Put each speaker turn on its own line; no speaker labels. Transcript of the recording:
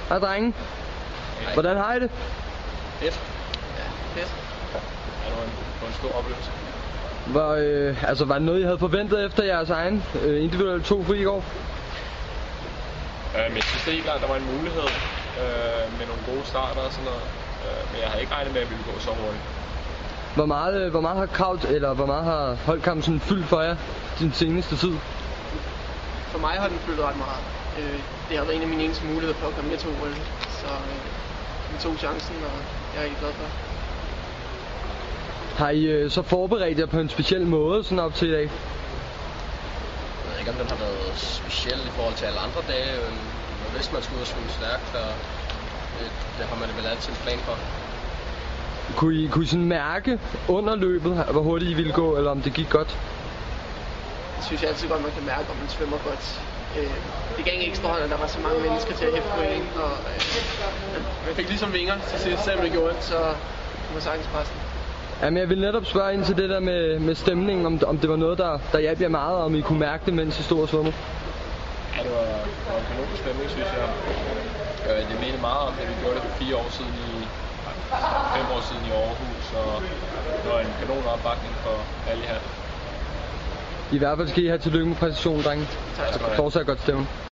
Hej drenge. Hvordan har I det?
Fedt. Ja, fedt. Ja, det var en stor oplevelse.
Var det noget, I havde forventet efter jeres egen individuelle 2 fri i går?
Men jeg synes det er helt klart, at der var en mulighed med nogle gode starter og sådan noget. Men jeg havde ikke regnet med, at vi ville gå så hurtigt.
Hvor meget har kravet, eller hvor meget har holdkampen sådan fyldt for jer den seneste tid?
For mig har den fyldt ret meget. Det har været en af mine eneste muligheder for at komme med til OL. Så vi tog chancen, og jeg er rigtig glad for.
Har I så forberedt jer på en speciel måde sådan op til i dag?
Jeg ved ikke, om den har været speciel i forhold til alle andre dage. Hvis man skulle ud og svømme stærkt, og det har man vel altid en plan for.
Kunne I sådan mærke under løbet, hvor hurtigt I ville gå, eller om det gik godt?
Det synes jeg altid godt, man kan mærke, om man svømmer godt. Det gav en ekstra hånd, at der var så mange mennesker til at hæfte på en, og man fik ligesom vinger til sidst, selvom det gjorde ondt, så man sagtens presse den.
Jamen, jeg vil netop spørge ind til det der med stemningen, om det var noget, der hjalp jer meget, og om I kunne mærke det, mens I stod og svømmede.
Ja, det var en kanon stemning, synes jeg. Det mente meget om det, vi gjorde det for 4 år siden 5 år siden i Aarhus, og det var en kanon opbakning for alle her.
I hvert fald skal I have tillykke med præstationen, drenge.
Tak skal du have.
Fortsat godt stævne.